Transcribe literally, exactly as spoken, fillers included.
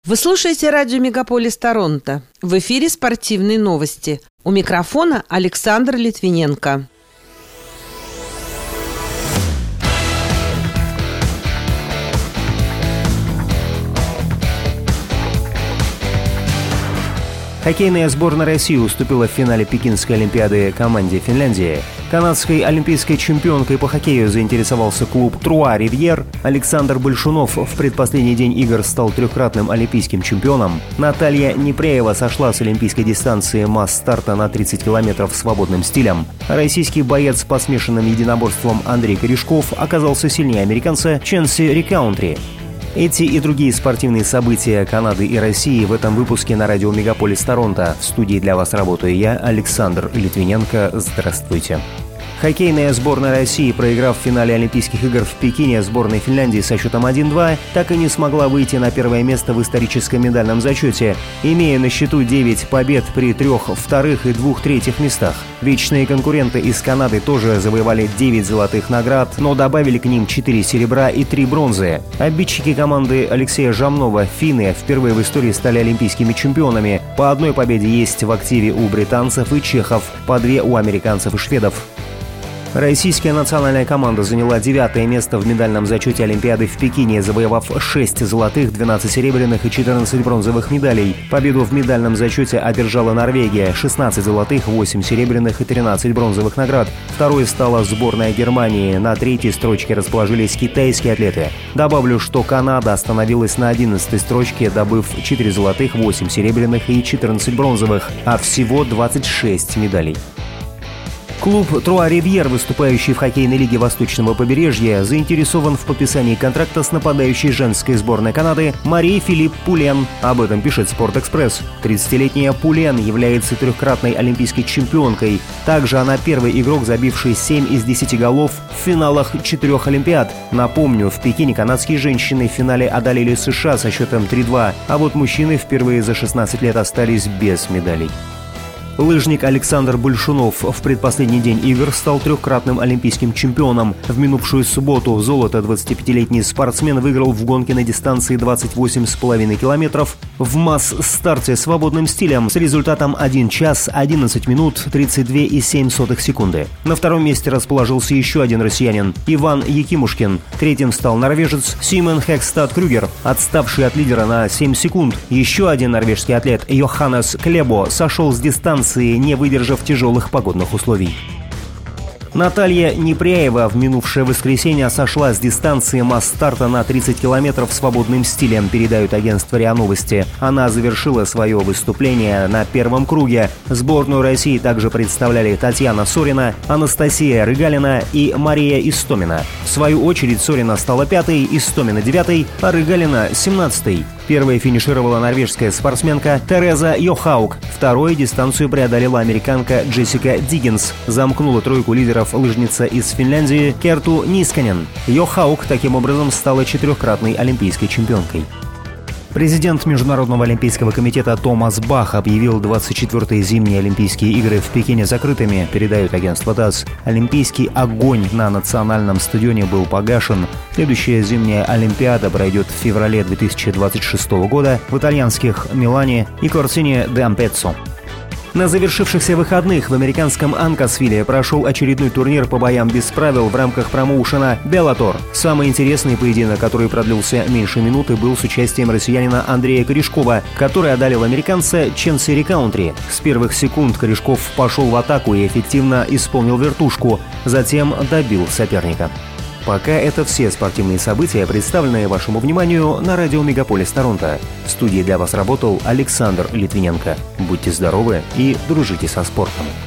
Вы слушаете радио «Мегаполис Торонто». В эфире спортивные новости. У микрофона Александр Литвиненко. Хоккейная сборная России уступила в финале Пекинской Олимпиады команде Финляндии. Канадской олимпийской чемпионкой по хоккею заинтересовался клуб «Труа Ривьер». Александр Большунов в предпоследний день игр стал трехкратным олимпийским чемпионом. Наталья Непряева сошла с олимпийской дистанции масс-старта на тридцать километров свободным стилем. Российский боец по смешанным единоборствам Андрей Корешков оказался сильнее американца Ченси Рекаунтри. Эти и другие спортивные события Канады и России в этом выпуске на радио «Мегаполис Торонто». В студии для вас работаю я, Александр Литвиненко. Здравствуйте. Хоккейная сборная России, проиграв в финале Олимпийских игр в Пекине сборной Финляндии со счетом один-два, так и не смогла выйти на первое место в историческом медальном зачете, имея на счету девять побед при трех вторых и двух третьих местах. Вечные конкуренты из Канады тоже завоевали девять золотых наград, но добавили к ним четыре серебра и три бронзы. Обидчики команды Алексея Жамнова, финны, впервые в истории стали олимпийскими чемпионами. По одной победе есть в активе у британцев и чехов, по две у американцев и шведов. Российская национальная команда заняла девятое место в медальном зачете Олимпиады в Пекине, завоевав шесть золотых, двенадцать серебряных и четырнадцать бронзовых медалей. Победу в медальном зачете одержала Норвегия – шестнадцать золотых, восемь серебряных и тринадцать бронзовых наград. Второй стала сборная Германии. На третьей строчке расположились китайские атлеты. Добавлю, что Канада остановилась на одиннадцатой строчке, добыв четыре золотых, восемь серебряных и четырнадцать бронзовых, а всего двадцать шесть медалей. Клуб «Труа Ривьер», выступающий в хоккейной лиге Восточного побережья, заинтересован в подписании контракта с нападающей женской сборной Канады Марией Филипп Пулен. Об этом пишет «Спортэкспресс». тридцатилетняя Пулен является трехкратной олимпийской чемпионкой. Также она первый игрок, забивший семь из десяти голов в финалах четырех Олимпиад. Напомню, в Пекине канадские женщины в финале одолели США со счетом три-два, а вот мужчины впервые за шестнадцать лет остались без медалей. Лыжник Александр Большунов в предпоследний день игр стал трехкратным олимпийским чемпионом. В минувшую субботу золото двадцатипятилетний спортсмен выиграл в гонке на дистанции двадцать восемь с половиной километров в масс-старте свободным стилем с результатом один час одиннадцать минут тридцать две и семь сотых секунды. На втором месте расположился еще один россиянин – Иван Якимушкин. Третьим стал норвежец Симен Хекстад Крюгер, отставший от лидера на семь секунд. Еще один норвежский атлет Йоханнес Клебо сошел с дистанции, не выдержав тяжелых погодных условий. Наталья Непряева в минувшее воскресенье сошла с дистанции масс-старта на тридцать километров свободным стилем, передают агентство РИА Новости. Она завершила свое выступление на первом круге. Сборную России также представляли Татьяна Сорина, Анастасия Рыгалина и Мария Истомина. В свою очередь Сорина стала пятой, Истомина девятой, а Рыгалина семнадцатой. Первой финишировала норвежская спортсменка Тереза Йохаук. Второй дистанцию преодолела американка Джессика Диггинс. Замкнула тройку лидеров лыжница из Финляндии Керту Нисканен. Йохаук таким образом стала четырехкратной олимпийской чемпионкой. Президент Международного олимпийского комитета Томас Бах объявил двадцать четвёртые зимние Олимпийские игры в Пекине закрытыми, передает агентство ТАСС. Олимпийский огонь на национальном стадионе был погашен. Следующая зимняя Олимпиада пройдет в феврале две тысячи двадцать шестого года в итальянских Милане и Корсине де Ампеццо. На завершившихся выходных в американском Анкасвилле прошел очередной турнир по боям без правил в рамках промоушена Bellator. Самый интересный поединок, который продлился меньше минуты, был с участием россиянина Андрея Корешкова, который одолел американца Ченси Рекаунтри. С первых секунд Корешков пошел в атаку и эффективно исполнил вертушку, затем добил соперника. Пока это все спортивные события, представленные вашему вниманию на радио «Мегаполис Торонто». В студии для вас работал Александр Литвиненко. Будьте здоровы и дружите со спортом.